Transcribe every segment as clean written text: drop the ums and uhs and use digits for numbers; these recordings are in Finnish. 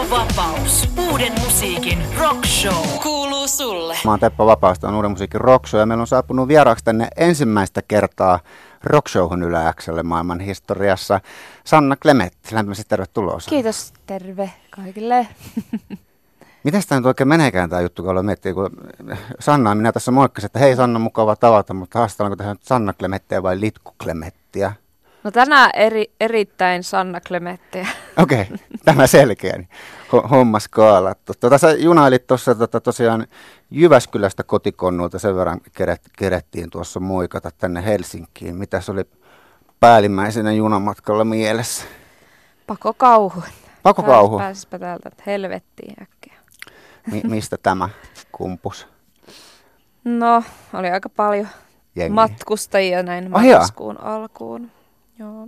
Vapaus. Uuden musiikin rock show. Kuuluu sulle. Mä oon Teppo Vapaus, on Uuden musiikin rock show ja meillä on saapunut vieraaksi tänne ensimmäistä kertaa rock showhun Yle X:lle maailman historiassa Sanna Klemetti. Lämpimästi tervetuloa. Kiitos, terve kaikille. Mitäs tämä nyt oikein meneekään tämä juttu, kun aloin miettiä, kun Sanna minä tässä moikkasin, että hei Sanna, mukava tavata, mutta haastellaanko tähän Sanna Klemettiä vai Litku Klemettiä? No tänään erittäin Sanna Klemettiä. Okei, tämä selkeä. Niin homma skaalattu. Sä junailit tuossa tosiaan Jyväskylästä kotikonnulta, sen verran kerettiin tuossa moikata tänne Helsinkiin. Mitäs oli päällimmäisenä junamatkalla mielessä? Pakokauhu. Pakokauhu? Pääsispä täältä helvettiin äkkiä. Mistä tämä kumpus? No, oli aika paljon matkustajia näin marraskuun alkuun. Joo.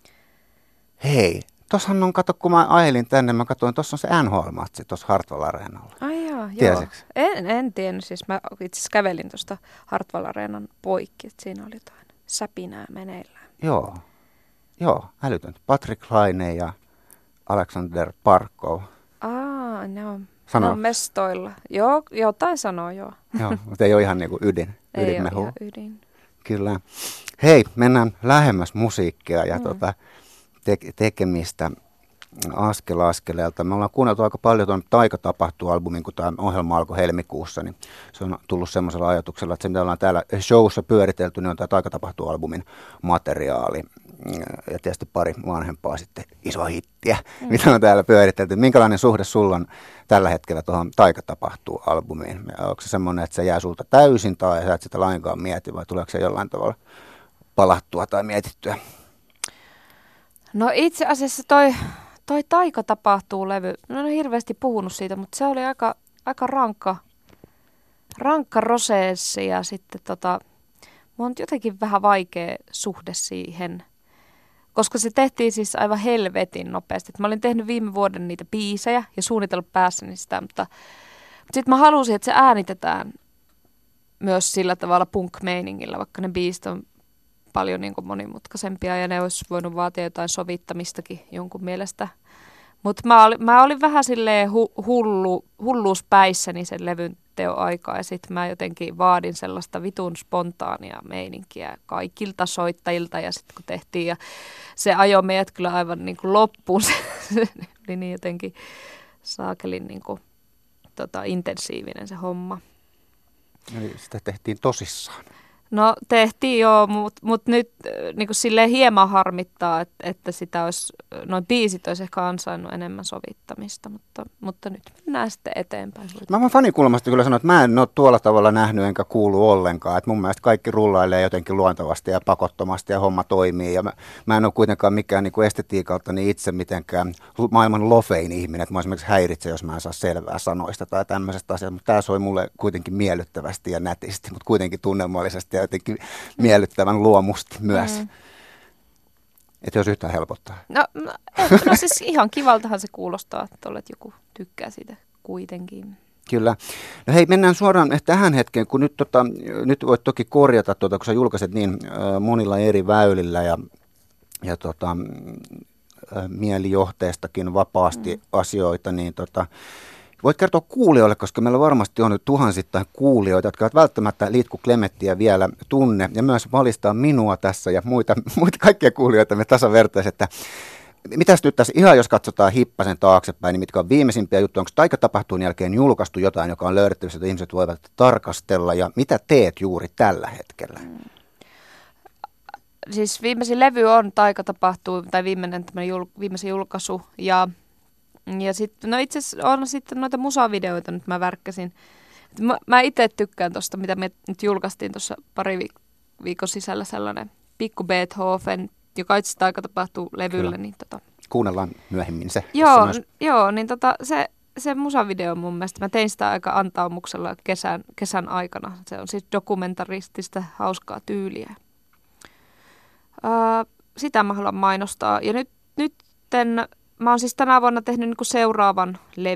Hei, tossahan on, kato, kun mä ajelin tänne, mä katsoin, tuossa on se NHL-matsi tuossa Hartwall Areenalla. Ai joo. En tiennyt, siis mä itse asiassa kävelin tuosta Hartwall Areenan poikki, että siinä oli jotain säpinää meneillään. Joo, älytöntä. Patrick Laine ja Alexander Barkov. No. Sano. No mestoilla. Joo, jotain sanoo joo. Joo, mutta ei ole ihan niinku ydinmehu. Ei ole ihan ydin. Kyllä. Hei, mennään lähemmäs musiikkia ja tekemistä askel askeleelta. Me ollaan kuunneltu aika paljon tuon Taika tapahtuu-albumin, kun tämä ohjelma alkoi helmikuussa, niin se on tullut semmoisella ajatuksella, että se mitä ollaan täällä showssa pyöritelty, niin on tämä Taika tapahtuu-albumin materiaali. Ja tietysti pari vanhempaa sitten isoa hittiä, mitä on täällä pyöritelty. Minkälainen suhde sulla on tällä hetkellä tuohon Taika tapahtuu-albumiin? Onko se semmoinen, että se jää sulta täysin tai sä et sitä lainkaan mieti vai tuleeko se jollain tavalla palattua tai mietittyä? No itse asiassa toi Taika tapahtuu-levy, mä en ole hirveästi puhunut siitä, mutta se oli aika rankka prosessi ja sitten mulla on jotenkin vähän vaikea suhde siihen, koska se tehtiin siis aivan helvetin nopeasti. Mä olin tehnyt viime vuoden niitä biisejä ja suunnitellut päässäni sitä, mutta sitten mä halusin, että se äänitetään myös sillä tavalla punk-meiningillä, vaikka ne biisit on paljon niin kuin monimutkaisempia ja ne olisi voinut vaatia jotain sovittamistakin jonkun mielestä. Mutta mä olin vähän silleen hulluuspäissäni sen levyn teoaikaa ja sitten mä jotenkin vaadin sellaista vitun spontaania meininkiä kaikilta soittajilta ja sitten kun tehtiin ja se ajoi meidät kyllä aivan niin kuin loppuun. Se oli niin jotenkin saakelin niin kuin, intensiivinen se homma. Eli sitä tehtiin tosissaan. No tehtiin joo, mutta nyt niin kuin silleen hieman harmittaa, että sitä olisi, noin biisit olisi ehkä ansainnut enemmän sovittamista, mutta nyt mennään sitten eteenpäin. Mä voin fanikulmasta kyllä sanoa, että mä en ole tuolla tavalla nähnyt enkä kuulu ollenkaan. Että mun mielestä kaikki rullailee jotenkin luontevasti ja pakottomasti ja homma toimii. Ja mä en ole kuitenkaan mikään niin kuin estetiikalta niin itse mitenkään maailman lofein ihminen, että mä esimerkiksi häiritse, jos mä en saa selvää sanoista tai tämmöisestä asiasta. Mutta tää soi mulle kuitenkin miellyttävästi ja nätisti, mutta kuitenkin tunnelmallisesti ja jotenkin miellyttävän luomusti myös. Että jos yhtään helpottaa. No siis ihan kivaltahan se kuulostaa, että joku tykkää siitä kuitenkin. Kyllä. No hei, mennään suoraan tähän hetkeen, kun nyt voit toki korjata, kun sä julkaiset niin monilla eri väylillä ja mielijohteestakin vapaasti asioita, niin voit kertoa kuulijoille, koska meillä varmasti on nyt tuhansittain kuulijoita, jotka eivät välttämättä Litku Klemettiä vielä tunne, ja myös valistaa minua tässä ja muita kaikkia kuulijoita me tasavertaisesti, että mitäs nyt tässä ihan jos katsotaan hippasen taaksepäin, niin mitkä on viimeisimpiä juttuja, onko Taika tapahtuun jälkeen julkaistu jotain, joka on löydettävissä, että ihmiset voivat tarkastella, ja mitä teet juuri tällä hetkellä? Siis viimeisin levy on Taika tapahtuu, tai viimeisin julkaisu, ja sitten, no itse asiassa on sitten noita musavideoita nyt mä värkkäsin. Mä itse tykkään tosta, mitä me nyt julkaistiin tuossa pari viikon sisällä sellainen Pikku Beethoven, joka itse asiassa Taika tapahtuu levyllä. Niin kuunnellaan myöhemmin se. Joo, niin se musavideo mun mielestä, mä tein sitä aika antaumuksella kesän aikana. Se on siis dokumentaristista hauskaa tyyliä. Sitä mä haluan mainostaa. Ja nytten mä oon siis tänä vuonna tehnyt niinku seuraavan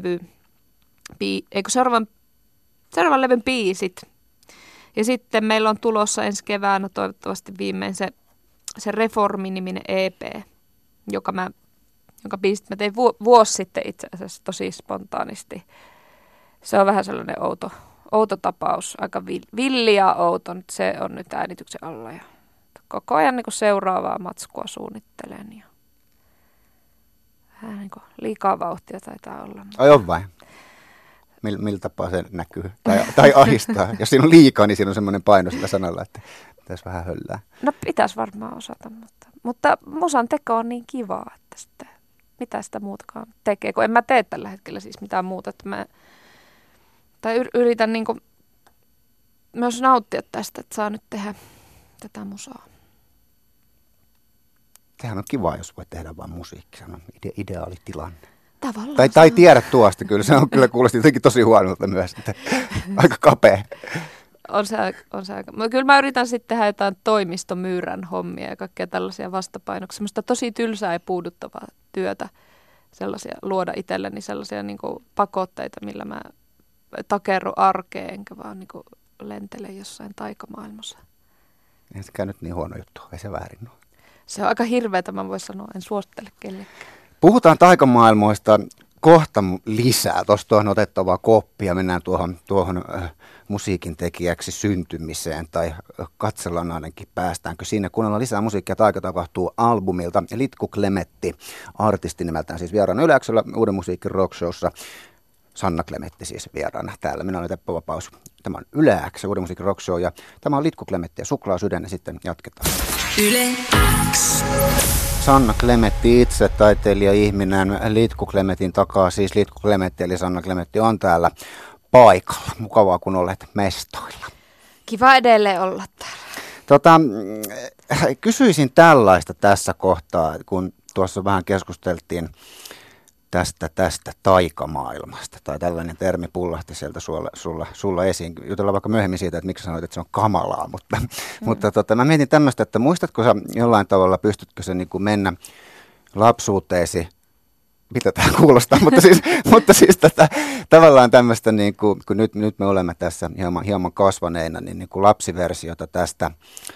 seuraavan levyn biisit. Ja sitten meillä on tulossa ensi keväänä toivottavasti viimein se Reformi-niminen EP, joka mä jonka biisit mä tein vuosi sitten itse asiassa tosi spontaanisti. Se on vähän sellainen outo tapaus, aika villi ja outo. Se on nyt äänityksen alla ja koko ajan niin kuin seuraavaa matskua suunnittelen. Ja vähän niin kuin liikaa vauhtia taitaa olla. Ai on vai? Millä tapaa se näkyy tai ahistaa? Jos siinä on liikaa, niin siinä on semmoinen paino sillä sanalla, että pitäisi vähän höllää. No pitäisi varmaan osata, mutta musan teko on niin kivaa, että sitten mitä sitä muutakaan tekee, kun en mä tee tällä hetkellä siis mitään muuta. Että yritän niin kuin myös nauttia tästä, että saa nyt tehdä tätä musaa. Sehän on kiva, jos voi tehdä vain musiikkia. Se on ideaali tilanne. Tavallaan. Tai tiedä tuosta kyllä. Se on kyllä kuulosti jotenkin tosi huonolta myös. Että aika kapea. On se aika. Kyllä mä yritän sitten tehdä jotain toimistomyyrän hommia ja kaikkea tällaisia vastapainoksia. Semmoista tosi tylsää ja puuduttavaa työtä. Sellaisia, luoda itselleni sellaisia niin kuin pakotteita, millä mä takerru arkeen, enkä vaan niin kuin lentele jossain taikamaailmassa. Ei sekään nyt niin huono juttu. Ei se väärin ole. Se on aika hirveätä, mä voin sanoa. En suosittele kellekään. Puhutaan taikamaailmoista kohta lisää. Tuosta on otettavaa koppia. Mennään tuohon musiikin tekijäksi syntymiseen tai katsellaan ainakin päästäänkö sinne. Kuunnellaan lisää musiikkia. Taika tapahtuu albumilta. Litku Klemetti, artisti nimeltään siis vieraana Yle X:llä Uuden musiikin rockshowssa. Sanna Klemetti siis vieraana täällä. Minä olen Teppo Vapaus. Tämä on Yle X, Uuden musiikin rockshow ja tämä on Litku Klemetti ja Suklaasydän ja sitten jatketaan. Yle X. Sanna Klemetti itse, taiteilija-ihminen. Litku Klemetin takaa siis Litku Klemetti, eli Sanna Klemetti on täällä paikalla. Mukavaa, kun olet mestoilla. Kiva edelleen olla täällä. Kysyisin tällaista tässä kohtaa, kun tuossa vähän keskusteltiin tästä taikamaailmasta, tai tällainen termi pullahti sieltä sulla esiin. Jutellaan vaikka myöhemmin siitä, että miksi sanoit, että se on kamalaa, mutta mä mietin tämmöistä, että muistatko sä jollain tavalla, pystytkö sä niin kuin mennä lapsuuteesi, mitä tämä kuulostaa, mutta siis tavallaan tämmöistä, niin kuin, kun nyt me olemme tässä hieman kasvaneina, niin kuin lapsiversiota tästä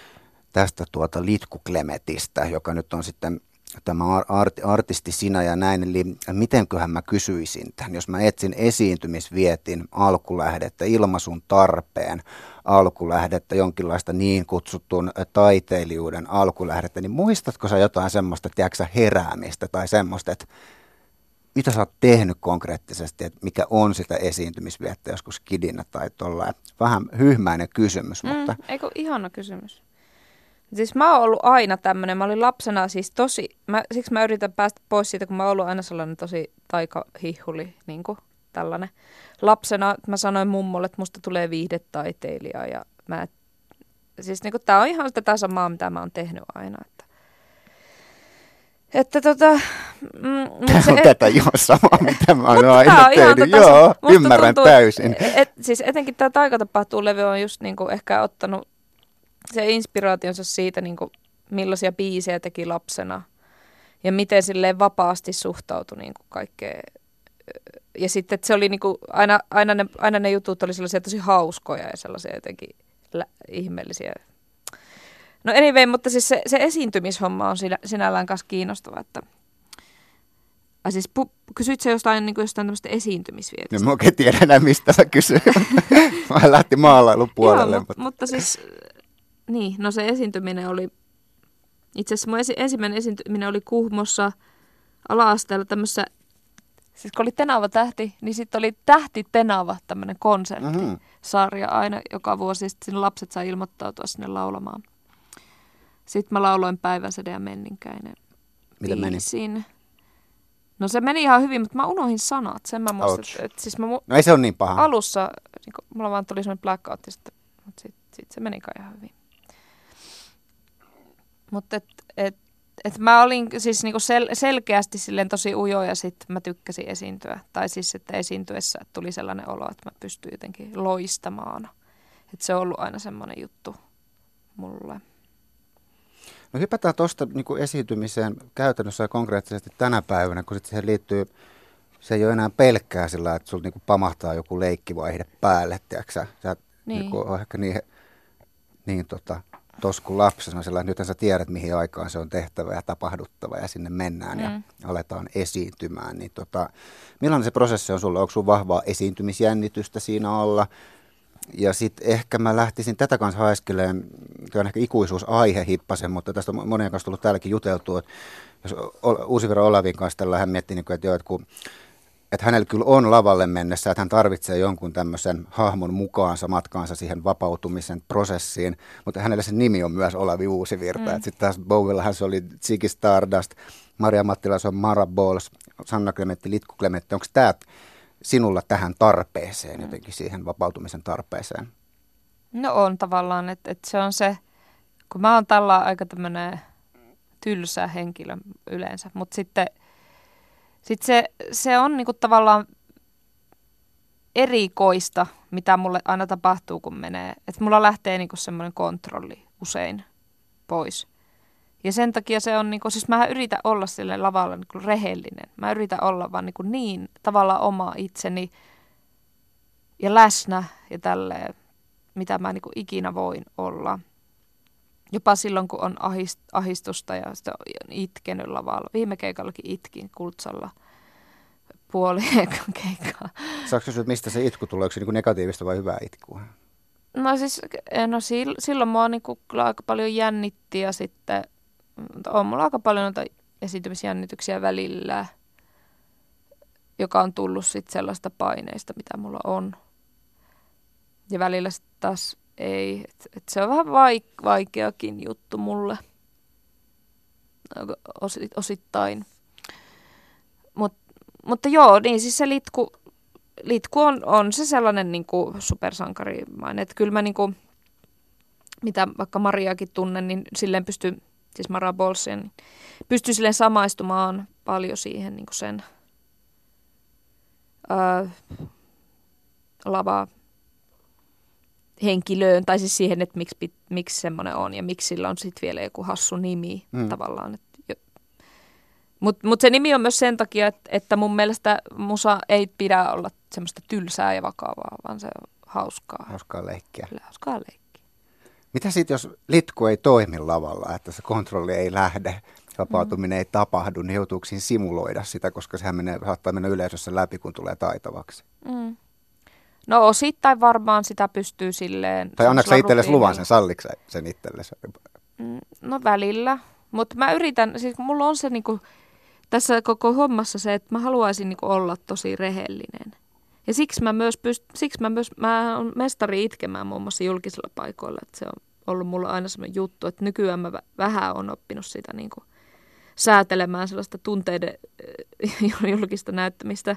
Litku Klemetistä, joka nyt on sitten tämä artisti sinä ja näin, eli mitenköhän mä kysyisin tämän, jos mä etsin esiintymisvietin alkulähdettä, ilmaisun tarpeen alkulähdettä, jonkinlaista niin kutsutun taiteilijuuden alkulähdettä, niin muistatko sä jotain semmoista, tiedätkö heräämistä tai semmoista, että mitä sä oot tehnyt konkreettisesti, että mikä on sitä esiintymisviettä joskus kidinä tai tollain, vähän hyhmäinen kysymys, mutta... Eikö ihana kysymys? Siis mä oon ollut aina tämmönen, mä olin lapsena siis siksi mä yritän päästä pois siitä, kun mä oon ollut aina sellainen tosi taikahihhuli, niin kuin tällainen. Lapsena mä sanoin mummolle, että musta tulee viihdetaiteilija ja siis niin kuin tää on ihan tätä samaa, mitä mä oon tehnyt aina. Tätä ihan samaa, mitä mä oon aina tehnyt. Joo, ymmärrän täysin. Siis etenkin tää Taika tapahtuu -levy on just niin kuin ehkä ottanut se inspiraationsa siitä, niin kuin, millaisia biisejä teki lapsena ja miten silleen vapaasti suhtautui niin kuin kaikkeen. Ja sitten, että se oli niin kuin, aina ne jutut oli sellaisia tosi hauskoja ja sellaisia jotenkin ihmeellisiä. No anyway, mutta siis se esiintymishomma on sinällään kanssa kiinnostava, että... siis kysyit sä jostain tämmöistä esiintymisvietistä? No mä oikein tiedä enää, mistä mä kysyin. Mä lähti maalailupuolelle. Joo, mutta siis... Niin, no se esiintyminen oli, itse asiassa mun ensimmäinen esiintyminen oli Kuhmossa ala-asteella tämmössä, siis kun oli Tenava-tähti, niin sitten oli Tähti Tenava tämmöinen konserttisarja aina joka vuosi, sitten sinne lapset sai ilmoittautua sinne laulamaan. Sitten mä lauloin Päiväsäde ja Menninkäinen biisin. No se meni ihan hyvin, mutta mä unohdin sanat, sen mä muistan, että siis no ei se ole niin paha. Alussa, niin mulla vaan tuli semmoinen blackout, mutta sitten se meni kai ihan hyvin. Mutta mä olin siis niinku selkeästi silleen tosi ujo ja sitten mä tykkäsin esiintyä. Tai siis, että esiintyessä tuli sellainen olo, että mä pystyin jotenkin loistamaan. Että se on ollut aina semmoinen juttu mulle. No hypätään tuosta niinku esiintymiseen käytännössä ja konkreettisesti tänä päivänä, kun siihen liittyy, se ei ole enää pelkkää sillä, että sulla niinku pamahtaa joku leikkivaihde päälle, tiedätkö sä? Niin. Niinku, ehkä niin kun lapsena sellainen, nythän sä tiedät, mihin aikaan se on tehtävä ja tapahduttava ja sinne mennään ja aletaan esiintymään. Niin millainen se prosessi on sulla? Onko sun vahvaa esiintymisjännitystä siinä alla? Ja sitten ehkä mä lähtisin tätä kanssa haiskelemaan, tämä on ehkä ikuisuusaihe hippasen, mutta tästä on monen kanssa tullut täälläkin juteltua, että jos Uusivirran Olavin kanssa tällä hän miettii, että hänellä kyllä on lavalle mennessä, että hän tarvitsee jonkun tämmöisen hahmon mukaansa, matkaansa siihen vapautumisen prosessiin, mutta hänellä se nimi on myös Olavi Uusivirta. Sitten taas Bowillahan se oli Ziggy Stardust, Maria Mattila se on Mara Balls, Sanna Klemetti, Litku Klemetti. Onko tämä sinulla tähän tarpeeseen, jotenkin siihen vapautumisen tarpeeseen? No on tavallaan, että se on se, kun mä oon tällä aika tämmöinen tylsä henkilö yleensä, mutta sitten se on niinku tavallaan erikoista, mitä mulle aina tapahtuu, kun menee. Että mulla lähtee niinku semmoinen kontrolli usein pois. Ja sen takia se on niinku, siis mä yritän olla sille lavalla niinku rehellinen. Mä yritän olla vaan niinku niin tavallaan oma itseni ja läsnä ja tälleen, mitä mä niinku ikinä voin olla. Jopa silloin, kun on ahistusta ja sitä on itkenyt lavalla. Viime keikallakin itkin Kultsalla puoli keikkaa. Saatko kysyä, mistä se itku tulee? Onko se niin negatiivista vai hyvää itkua? No siis, silloin mua niinku kyllä aika paljon jännitti ja sitten on mulla aika paljon noita esiintymisjännityksiä välillä, joka on tullut sitten sellaista paineista, mitä mulla on. Ja välillä sitten taas ei, et se on vähän vaikeakin juttu mulle osittain. Mutta joo, niin siis se litku on se sellainen niinku supersankarimainen. Että kyllä mä niinku, mitä vaikka Mariakin tunnen, niin silleen pystyy, siis Mara Bolsia, niin pystyy silleen samaistumaan paljon siihen niinku sen lava henkilöön, tai siis siihen, että miksi semmoinen on ja miksi sillä on sitten vielä joku hassu nimi tavallaan. Mutta se nimi on myös sen takia, että mun mielestä musa ei pidä olla semmoista tylsää ja vakavaa, vaan se on hauskaa. Hauskaa leikkiä. Kyllä, hauskaa leikkiä. Mitä sitten, jos litku ei toimi lavalla, että se kontrolli ei lähde, vapautuminen ei tapahdu, niin joutuuko siinä simuloida sitä, koska sehän saattaa mennä yleisössä läpi, kun tulee taitavaksi? No osittain varmaan sitä pystyy silleen. Tai annatko sä itsellesi luvan sen, salliko sen itsellesi? No välillä, mutta mä yritän, siis mulla on se niinku, tässä koko hommassa se, että mä haluaisin niinku olla tosi rehellinen. Ja siksi mä oon mestari itkemään muun muassa julkisilla paikoilla, että se on ollut mulla aina semmoinen juttu, että nykyään mä vähän on oppinut sitä niinku säätelemään sellaista tunteiden julkista näyttämistä.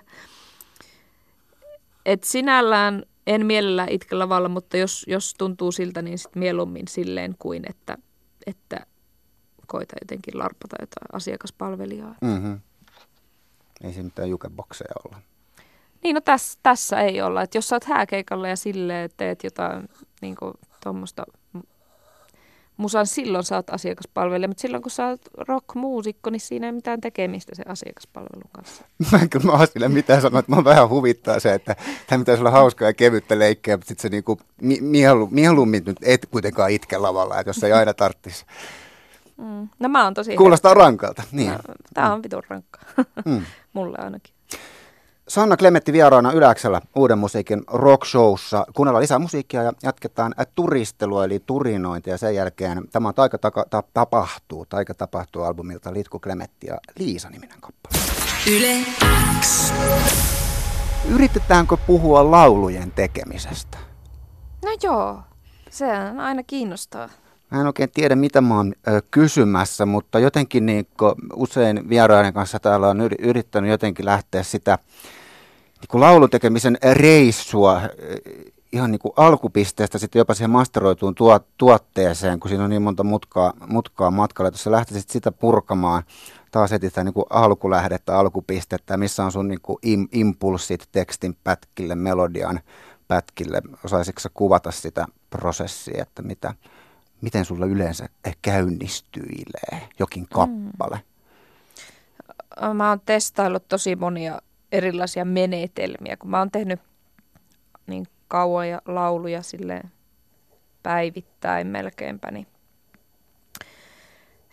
Et sinällään en mielellään itke lavalla, mutta jos tuntuu siltä, niin sit mieluummin silleen kuin, että koita jotenkin larpata jotain asiakaspalvelijaa. Mm-hmm. Ei se mitään jukebokseja olla. Niin, no tässä ei olla. Et jos sä oot hääkeikalla ja silleen teet jotain niin tuommoista musan, silloin sä oot asiakaspalvelija, mutta silloin kun sä oot rock-muusikko, niin siinä ei mitään tekemistä se asiakaspalvelun kanssa. Mä en kyllä sille mitään sanoa, että mä vähän huvittaa se, että tämä pitäisi olla hauskaa ja kevyttä leikkiä, mutta sitten se niinku mieluummin nyt et kuitenkaan itke lavalla, että jos ei aina tarvitsisi. No mä oon tosi kuulostaa rankalta. Niin. No, tää on vitun rankkaa. Mulle ainakin. Sanna Klemetti vieraana Yläksellä Uuden musiikin rockshowssa. Kuunnellaan lisää musiikkia ja jatketaan turistelua eli turinointia ja sen jälkeen tämä on Taika tapahtuu albumilta Litku Klemetti ja Liisa-niminen kappale. Yle X. Yritetäänkö puhua laulujen tekemisestä? No joo, se aina kiinnostaa. Mä en oikein tiedä, mitä mä oon kysymässä, mutta jotenkin niin usein vieraiden kanssa täällä on yrittänyt jotenkin lähteä sitä niin laulutekemisen reissua ihan niin kuin alkupisteestä sitten jopa siihen masteroituun tuotteeseen, kun siinä on niin monta mutkaa matkalla, että jos sä lähtisit sitä purkamaan, taas etitään niin kuin alkulähdettä, alkupistettä, missä on sun niin kuin impulssit tekstin pätkille, melodian pätkille, osaisitko sä kuvata sitä prosessia, että miten sulla yleensä käynnistyilee jokin kappale? Mä oon testaillut tosi monia erilaisia menetelmiä, kun mä oon tehnyt niin kauan ja lauluja silleen päivittäin melkeinpä, niin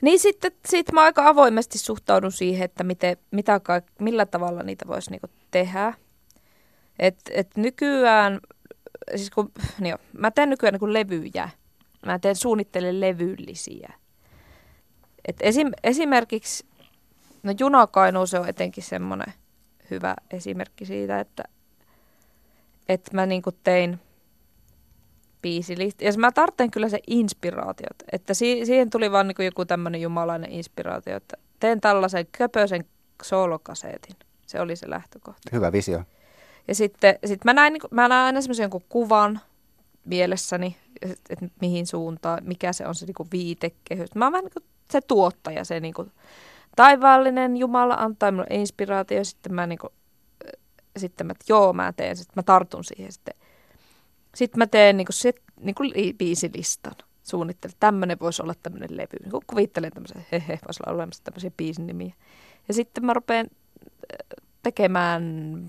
Niin sitten mä aika avoimesti suhtaudun siihen, että millä tavalla niitä voisi niinku tehdä. Et nykyään, siis mä teen nykyään niinku levyjä. Mä suunnittelen levyllisiä. Et esimerkiksi, no Junakainuu se on etenkin semmoinen hyvä esimerkki siitä, että mä niinku tein biisilista. Ja mä tarvitsen kyllä se inspiraatiot. Että siihen tuli vaan niinku joku tämmöinen jumalainen inspiraatio, että teen tällaisen köpöisen soolokaseetin. Se oli se lähtökohta. Hyvä visio. Ja sitten mä näen aina semmoisen jonkun kuvan mielessäni, että mihin suuntaan, mikä se on se niinku viitekehys. Mä oon vähän niinku se tuottaja, se niinku taivaallinen Jumala antaa minulle inspiraatio. Sitten mä mä teen, sitten mä tartun siihen sitten. Sitten mä teen niinku biisilistan, suunnittelen. Tämmöinen voisi olla tämmöinen levy. Niin kuvittelen tämmöisen, voisi olla olemassa tämmöisiä biisin nimiä. Ja sitten mä rupean tekemään,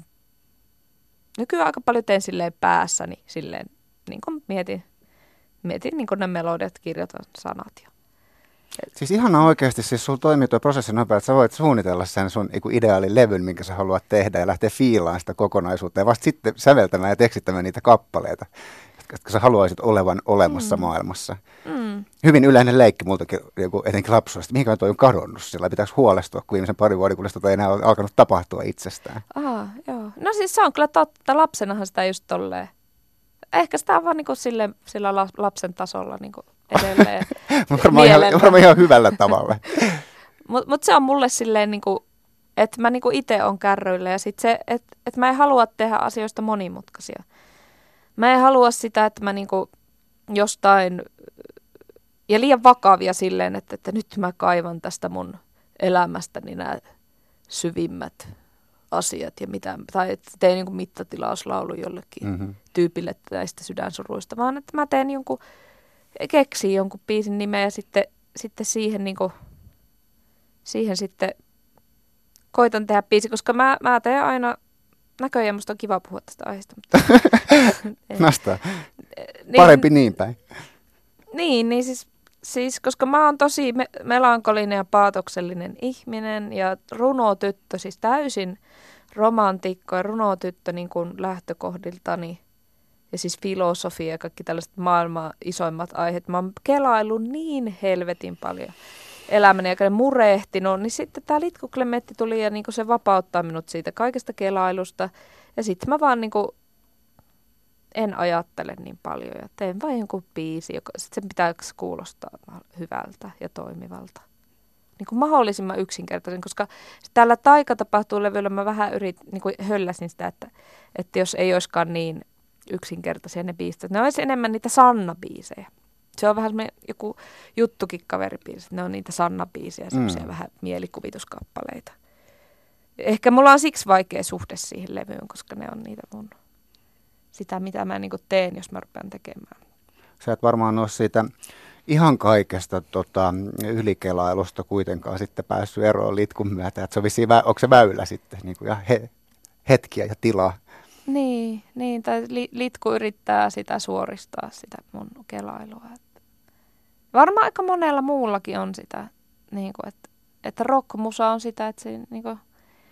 nykyään aika paljon teen silleen päässäni, silleen niin kuin mietin niin kuin ne melodiat, kirjoitan sanat. Siis ihan oikeasti, siis sulla toimii tuo prosessi nopea, että sä voit suunnitella sen sun ideaalin levyn, minkä sä haluat tehdä ja lähteä fiilaan sitä kokonaisuutta ja vasta sitten säveltämään ja tekstittämään niitä kappaleita, jotka sä haluaisit olevan olemassa maailmassa. Hyvin yleinen leikki multakin, etenkin lapsuudesta. Mihinkä toi on kadonnut sillä? Pitääkö huolestua, kun viimeisen parin vuoden kulesta ei enää ole alkanut tapahtua itsestään? Joo. No siis se on kyllä totta. Lapsenahan sitä just tolleen. Ehkä sitä on vaan niin kuin sillä lapsen tasolla niin kuin edelleen. varmaan ihan hyvällä tavalla. Mut se on mulle silleen, niin kuin, että mä niin kuin itse on kärryillä ja sit se, että mä en halua tehdä asioista monimutkaisia. Mä en halua sitä, että mä niin kuin jostain, ja liian vakavia silleen, että nyt mä kaivan tästä mun elämästäni nämä syvimmät asiat ja mitä, tai teen jonkun mittatilauslaulu jollekin tyypille näistä sydänsuruista, vaan että mä teen keksin jonkun biisin nimeä ja sitten siihen niinku, siihen sitten koitan tehdä biisi, koska mä teen aina, näköjään musta on kiva puhua tästä aiheesta. Nastaa. Parempi niin päin. Niin siis koska mä oon tosi melankolinen ja paatoksellinen ihminen ja runotyttö, siis täysin romantikko ja runotyttö niin kuin lähtökohdiltani. Ja siis filosofia ja kaikki tällaiset maailman isoimmat aiheet. Mä oon kelaillut niin helvetin paljon elämäni ja murehtinut. Niin sitten tää Litku Klemetti tuli ja niin kuin se vapauttaa minut siitä kaikesta kelailusta. Ja sitten mä vaan niin kuin en ajattele niin paljon ja teen vain jonkun biisi, joka sen pitäisi kuulostaa hyvältä ja toimivalta. Niin kuin mahdollisimman yksinkertaisen, koska tällä Taika tapahtuu -levyllä mä vähän niin kuin hölläsin sitä, että jos ei olisikaan niin yksinkertaisia ne biisit, ne olisi enemmän niitä Sanna-biisejä. Se on vähän semmoinen joku juttukikaveribiisi, ne on niitä Sanna-biisejä, semmoisia vähän mielikuvituskappaleita. Ehkä mulla on siksi vaikea suhde siihen levyyn, koska ne on niitä mun sitä, mitä mä niinku teen, jos mä rupean tekemään. Sä et varmaan ole siitä ihan kaikesta ylikelailusta kuitenkaan sitten päässyt eroon Litkun myötä. Että se on vissiin, onko se väylä sitten, niin kuin hetkiä ja tilaa? Niin tai Litku yrittää sitä suoristaa, sitä mun kelailua. Varmaan aika monella muullakin on sitä, niin kuin, että rockmusa on sitä, että se niin kuin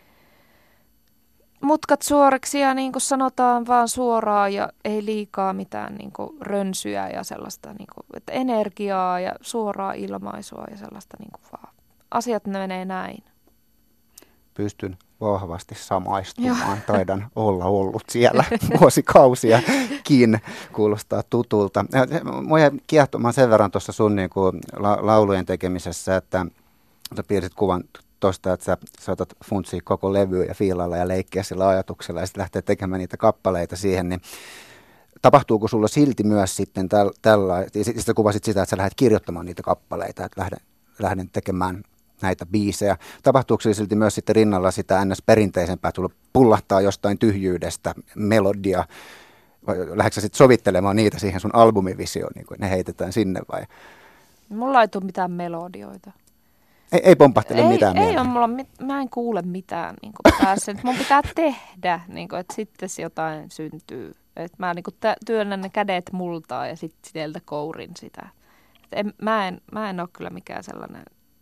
mutkat suoreksi ja niin kuin sanotaan vaan suoraan ja ei liikaa mitään niin kuin rönsyä ja sellaista niin kuin, että energiaa ja suoraa ilmaisua ja sellaista niin kuin vaan. Asiat ne menee näin. Pystyn vahvasti samaistumaan. Taidan olla ollut siellä vuosikausiakin, kuulostaa tutulta. Mua jäi kiehtomaan sen verran tuossa sun niin kuin laulujen tekemisessä, että sä piirsit kuvan tuosta, että sä saatat funtsia koko levyä ja fiilailla ja leikkiä sillä ajatuksella ja sitten lähteä tekemään niitä kappaleita siihen, niin tapahtuuko sulla silti myös sitten tällä, ja sitten kuvasit sitä, että sä lähdet kirjoittamaan niitä kappaleita, että lähden tekemään näitä biisejä. Tapahtuuko se silti myös sitten rinnalla sitä ns-perinteisempää, että sulla pullahtaa jostain tyhjyydestä melodia, vai lähdetkö sä sitten sovittelemaan niitä siihen sun albumivisioon, niin kuin ne heitetään sinne vai? Mulla ei tule mitään melodioita. Ei pompahtele mitään mieleen. Ei ole, mä en kuule mitään niin kuin päässä. Mun pitää tehdä, niin kuin, että sitten jotain syntyy. Et mä niin kuin työnnän ne kädet multaan ja sitten sieltä kourin sitä. Mä en ole kyllä mikään sellainen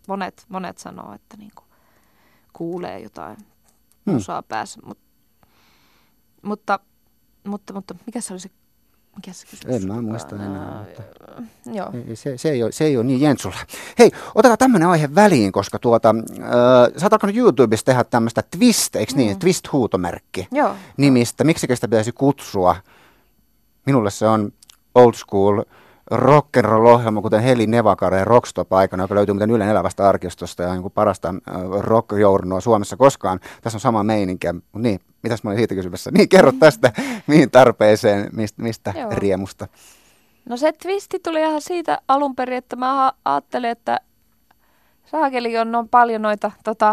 monet sanoo, että niinku kuulee jotain musaa päässä. Mutta mikä se kysymys? En mä muista enää. Mutta joo. Se ei ole niin Jentsulla. Hei, otetaan tämmöinen aihe väliin, koska sä oot alkanut YouTubessa tehdä tämmöistä Twist, eikö niin? Twist-huutomerkki nimistä. Miksi sitä pitäisi kutsua? Minulle se on old school rock'n'roll-ohjelma, kuten Heli Nevakareen Rockstop-aikana, joka löytyy muuten Ylen elävästä arkistosta ja niin parasta rock-journua Suomessa koskaan. Tässä on sama meininkiä, mutta niin, mitäs mä olin siitä kysymässä? Niin, kerro tästä, mihin tarpeeseen, mistä riemusta. No se twisti tuli ihan siitä alun perin, että mä ajattelin, että saakeli on paljon noita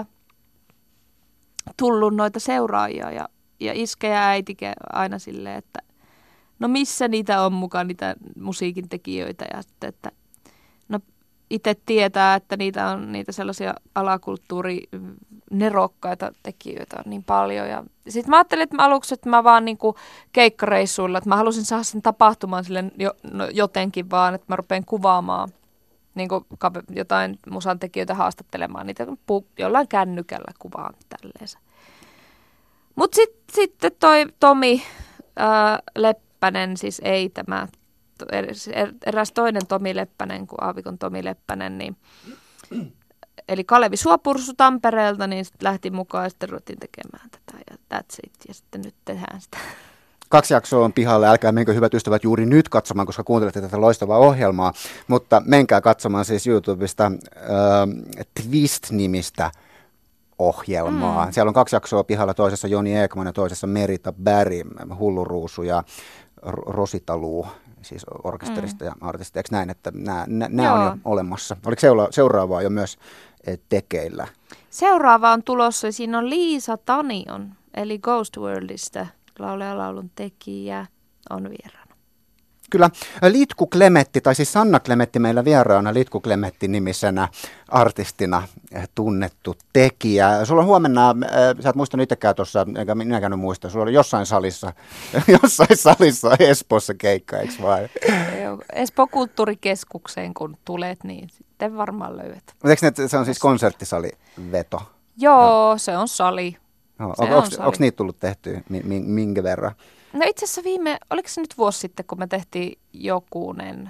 tullut noita seuraajia ja iskä ja äitikin aina silleen, että no missä niitä on mukaan, niitä musiikin tekijöitä ja sitten, että no itse tietää, että niitä on niitä sellaisia alakulttuurinerokkaita tekijöitä on niin paljon. Ja sitten mä ajattelin, että aluksi, että mä vaan niinku keikkareissuilla, että mä halusin saada sen tapahtumaan sille jotenkin vaan, että mä rupean kuvaamaan niinku jotain musan tekijöitä haastattelemaan niitä jollain kännykällä kuvaan tälleensä. Mutta sitten toi Tomi Leppänen, siis ei tämä, eräs toinen Tomi Leppänen kuin Aavikon Tomi Leppänen, niin, eli Kalevi Suopursu Tampereelta, niin sitten lähti mukaan ja sitten ruvettiin tekemään tätä ja that's it, ja sitten nyt tehdään sitä. 2 jaksoa on pihalle, älkää menkö hyvät ystävät juuri nyt katsomaan, koska kuuntelette tätä loistavaa ohjelmaa, mutta menkää katsomaan siis YouTubesta Twist-nimistä ohjelmaa. Siellä on 2 jaksoa pihalla, toisessa Joni Ekman ja toisessa Merita Berg, Hulluruusu ja Rosita Luu, siis orkesterista ja artista. Eikö näin, että nämä on jo olemassa? Oliko seuraavaa jo myös tekeillä? Seuraava on tulossa. Siinä on Liisa Tanion, eli Ghost Worldista laulun tekijä, on vieraana. Kyllä. Litku Klemetti, tai siis Sanna Klemetti meillä vieraana, Litku Klemetti nimisenä artistina tunnettu tekijä. Sulla on huomenna, sä et muistanut itsekään tuossa, enkä minäkään muista, sulla oli jossain salissa Espoossa keikka, eikö vai? Espoo Kulttuurikeskukseen, kun tulet, niin sitten varmaan löydät. Eikö se on siis konserttisaliveto? Joo, se on sali. No, onko niitä tullut tehtyä, minkä verran? No itse asiassa oliko se nyt vuosi sitten, kun me tehtiin jokunen.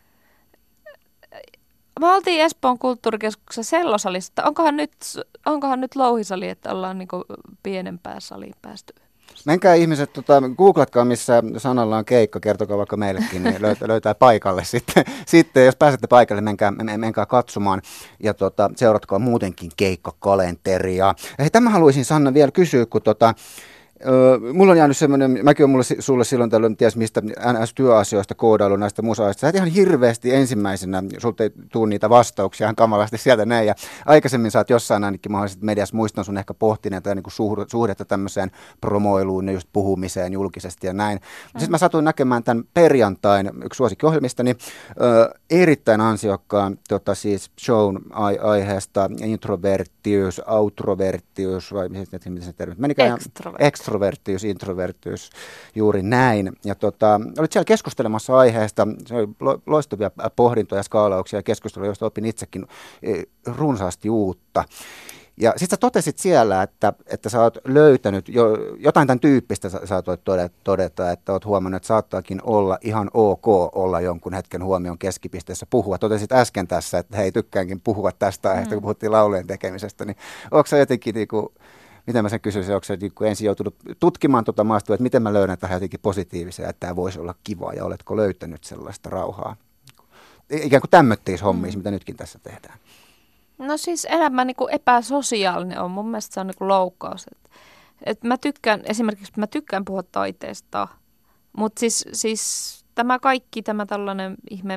Me oltiin Espoon kulttuurikeskuksessa sellosalissa, että onkohan nyt louhisali, että ollaan niinku pienempää saliin päästy. Menkää ihmiset, googlatkaa missä sanalla on keikka, kertokaa vaikka meillekin, niin löytää paikalle sitten. Jos pääsette paikalle, menkää katsomaan ja seuratkaa muutenkin keikkakalenteria. Hei, tämä haluaisin Sanna vielä kysyä, kun mulla on jäänyt semmoinen, mäkin olen sulle silloin tällöin ties mistä NS-työasioista koodailu näistä musa-asioista. Sä et ihan hirveästi ensimmäisenä, sulta ei tule niitä vastauksia ihan kamalasti sieltä näin. Ja aikaisemmin sä oot jossain ainakin mahdollisesti mediassa, muistan sun ehkä pohtineet tai niin suhdetta tämmöiseen promoiluun ja just puhumiseen julkisesti ja näin. Sitten mä satuin näkemään tämän perjantain, yksi suosikkiohjelmistani, erittäin ansiokkaan siis shown aiheesta introverttius, outroverttius, vai miten se termi menikään? Extroverttius, introverttius, juuri näin. Ja olit siellä keskustelemassa aiheesta, se oli loistavia pohdintoja ja skaalauksia ja keskustelua, joista opin itsekin runsaasti uutta. Ja sitten sä totesit siellä, että sä oot löytänyt jotain tämän tyyppistä, sä saatoit todeta, että oot huomannut, että saattaakin olla ihan ok olla jonkun hetken huomion keskipisteessä puhua. Totesit äsken tässä, että hei, tykkäänkin puhua tästä aiheesta, kun puhuttiin laulujen tekemisestä, niin onko sä jotenkin miten mä sen kysyisin, onko se ensin joutunut tutkimaan maastua, että miten mä löydän tähän jotenkin positiivisia, että tämä voisi olla kiva, ja oletko löytänyt sellaista rauhaa? Ikään kuin tämmötteis hommissa, mitä nytkin tässä tehdään. No siis elämä niin kuin epäsosiaalinen on. Mun mielestä se on niin kuin loukkaus. Mä tykkään puhua taiteesta, mutta siis tämä kaikki, tämä tällainen ihme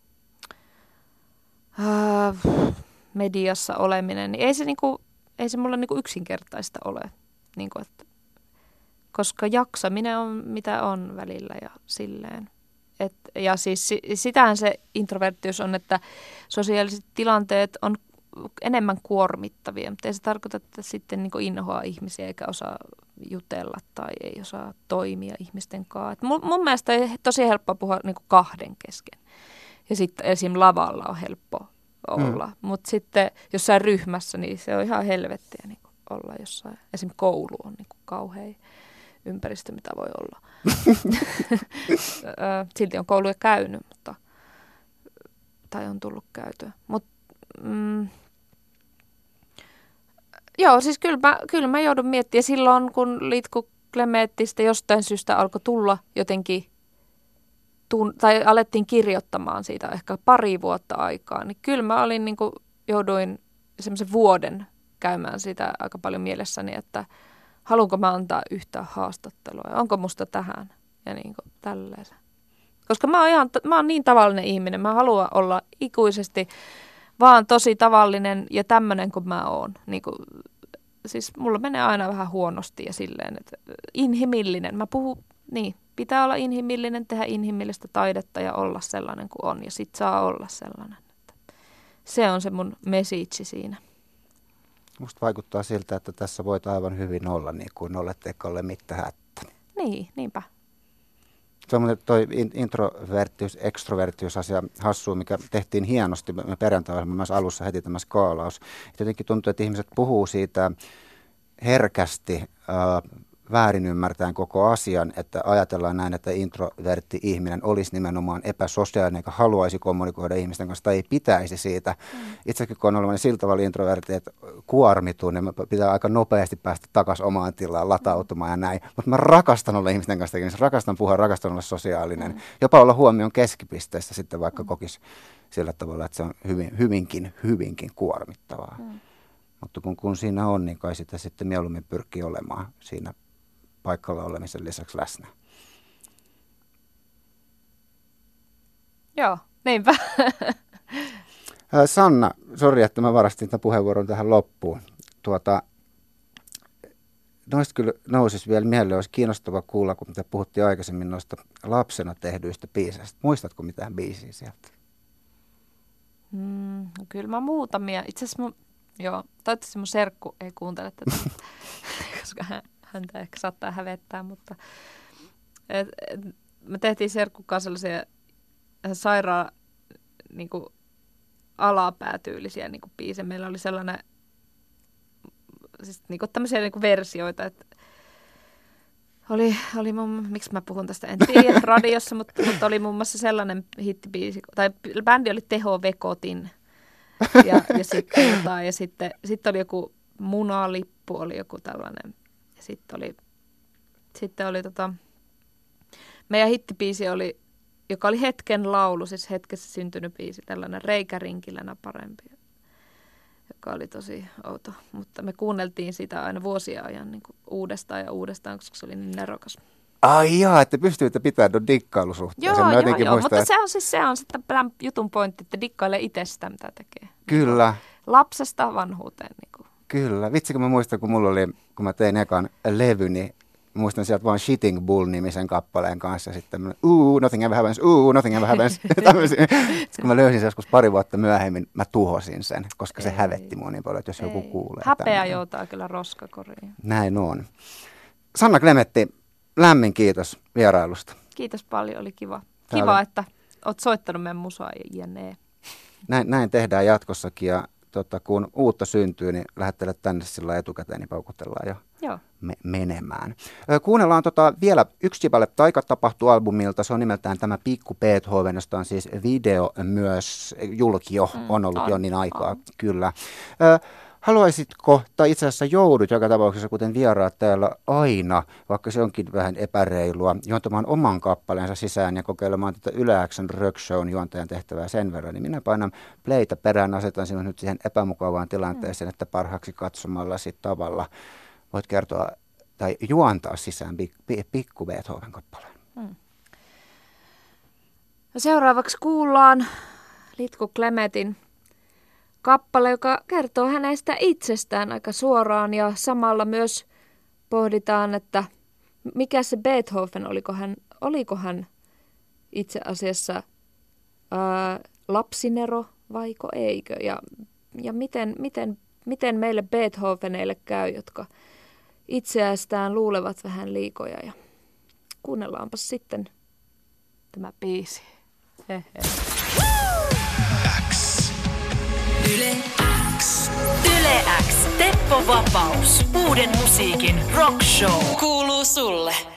mediassa oleminen, niin ei se mulle niinku yksinkertaista ole, niinku, koska jaksaminen on mitä on välillä ja silleen. Ja siis sitähän se introverttius on, että sosiaaliset tilanteet on enemmän kuormittavia, mutta ei se tarkoita, että sitten niinku inhoaa ihmisiä eikä osaa jutella tai ei osaa toimia ihmisten kanssa. Mun mielestä on tosi helppo puhua niinku 2 kesken. Ja sitten esim. Lavalla on helppo olla. Mutta sitten jossain ryhmässä, niin se on ihan helvettiä niin olla jossain. Esimerkiksi koulu on niin kauhea ympäristö, mitä voi olla. Silti on kouluja käynyt, tai on tullut käytyä. Joo, siis kyllä mä joudun miettimään. Silloin, kun Litku Klemettistä jostain syystä alkoi tulla jotenkin, tai alettiin kirjoittamaan siitä ehkä pari vuotta aikaa, niin kyllä mä olin jouduin semmoisen vuoden käymään sitä aika paljon mielessäni, että haluanko mä antaa yhtään haastattelua, onko musta tähän ja tälleen. Koska mä oon niin tavallinen ihminen, mä haluan olla ikuisesti vaan tosi tavallinen ja tämmöinen kuin mä oon. Siis mulla menee aina vähän huonosti ja silleen, että inhimillinen. Pitää olla inhimillinen, tehdä inhimillistä taidetta ja olla sellainen kuin on. Ja sit saa olla sellainen. Se on se mun message siinä. Musta vaikuttaa siltä, että tässä voit aivan hyvin olla niin kuin olet eikä ole mitään hättä. Niin, niinpä. Se on toi introvertius, extrovertius asia hassu, mikä tehtiin hienosti me perjantai-ohjelma myös alussa heti tämä skaalaus. Jotenkin tuntuu, että ihmiset puhuu siitä herkästi, väärin ymmärtäen koko asian, että ajatellaan näin, että introvertti ihminen olisi nimenomaan epäsosiaalinen, eikä haluaisi kommunikoida ihmisten kanssa, tai ei pitäisi siitä. Itsekin kun on ollut sillä tavalla introvertti, että kuormituu, niin pitää aika nopeasti päästä takaisin omaan tilaan, latautumaan ja näin. Mutta mä rakastan olla ihmisten kanssa tekemisissä, rakastan puhua, rakastan olla sosiaalinen. Jopa olla huomion keskipisteessä sitten, vaikka kokisi sillä tavalla, että se on hyvinkin kuormittavaa. Mutta kun siinä on, niin kai sitä sitten mieluummin pyrkii olemaan siinä paikalla olemisen lisäksi läsnä. Joo, niinpä. Sanna, sori, että mä varastin tämän puheenvuoron tähän loppuun. Noista kyllä nousisi vielä mieleen, olisi kiinnostavaa kuulla, kun mitä puhuttiin aikaisemmin noista lapsena tehdyistä biiseistä. Muistatko mitään biisiä sieltä? Kyllä mä muutamia. Itse asiassa toivottavasti mun serkku ei kuuntele tätä, koska häntä ehkä saattaa hävettää, mutta me tehtiin serkkun kanssa sellaisia sairaan alapäätyylisiä biisejä. Meillä oli sellainen, siis tämmöisiä versioita, että oli miksi mä puhun tästä, en tiedä radiossa, mutta oli muun muassa sellainen hittibiisi, tai bändi oli Teho Vekotin. Ja sitten oli joku Munalippu, oli joku tällainen. Ja sitten oli meidän hittibiisi oli, joka oli hetken laulu, siis hetkessä syntynyt biisi, tällainen Reikärinkilänä parempi, joka oli tosi outo. Mutta me kuunneltiin sitä aina vuosia ajan uudestaan ja uudestaan, koska se oli niin nerokas. Ai jaa, että pystyitte pitämään dikkailusuhteen. Joo, mutta se on sitten tämän jutun pointti, että dikkailee itse sitä, mitä tekee. Kyllä. Lapsesta vanhuuteen. Kyllä. Vitsi, kun mä muistan, kun mulla oli, kun mä tein ekan levy, niin muistan sieltä vaan Shitting Bull-nimisen kappaleen kanssa. Sitten nothing ever happens, nothing ever happens. Sitten kun mä löysin sen joskus pari vuotta myöhemmin, mä tuhosin sen, koska se hävetti mua niin paljon, että jos joku kuulee. Häpeä joutaa kyllä roskakoriin. Näin on. Sanna Klemetti, lämmin kiitos vierailusta. Kiitos paljon, oli kiva. Kiva, että oot soittanut meidän musaa jne. Näin tehdään jatkossakin ja kun uutta syntyy, niin lähettele tänne sillä etukäteen, niin paukutellaan jo menemään. Kuunnellaan vielä yksi kappale Taika tapahtuu -albumilta. Se on nimeltään tämä Pikku Beethoven, josta on siis video myös julkio, on ollut jo niin aikaa, kyllä. Haluaisitko, tai itse asiassa joudut joka tapauksessa, kuten vieraat täällä aina, vaikka se onkin vähän epäreilua, juontamaan oman kappaleensa sisään ja kokeilemaan tätä Yle X:n Rock Shown juontajan tehtävää sen verran, niin minä painan playtä perään, asetan sinut nyt siihen epämukavaan tilanteeseen, että parhaaksi katsomallasi tavalla voit kertoa tai juontaa sisään Pikku Beethoven kappaleen. Seuraavaksi kuullaan Litku Klemetin kappale, joka kertoo hänestä itsestään aika suoraan ja samalla myös pohditaan, että mikä se Beethoven, oliko hän itse asiassa lapsinero vaiko eikö ja miten meille Beethoveneille käy, jotka itseästään luulevat vähän liikoja ja kuunnellaanpas sitten tämä biisi. Yle X. Yle X. Teppo Vapaus. Uuden musiikin rock show. Kuuluu sulle.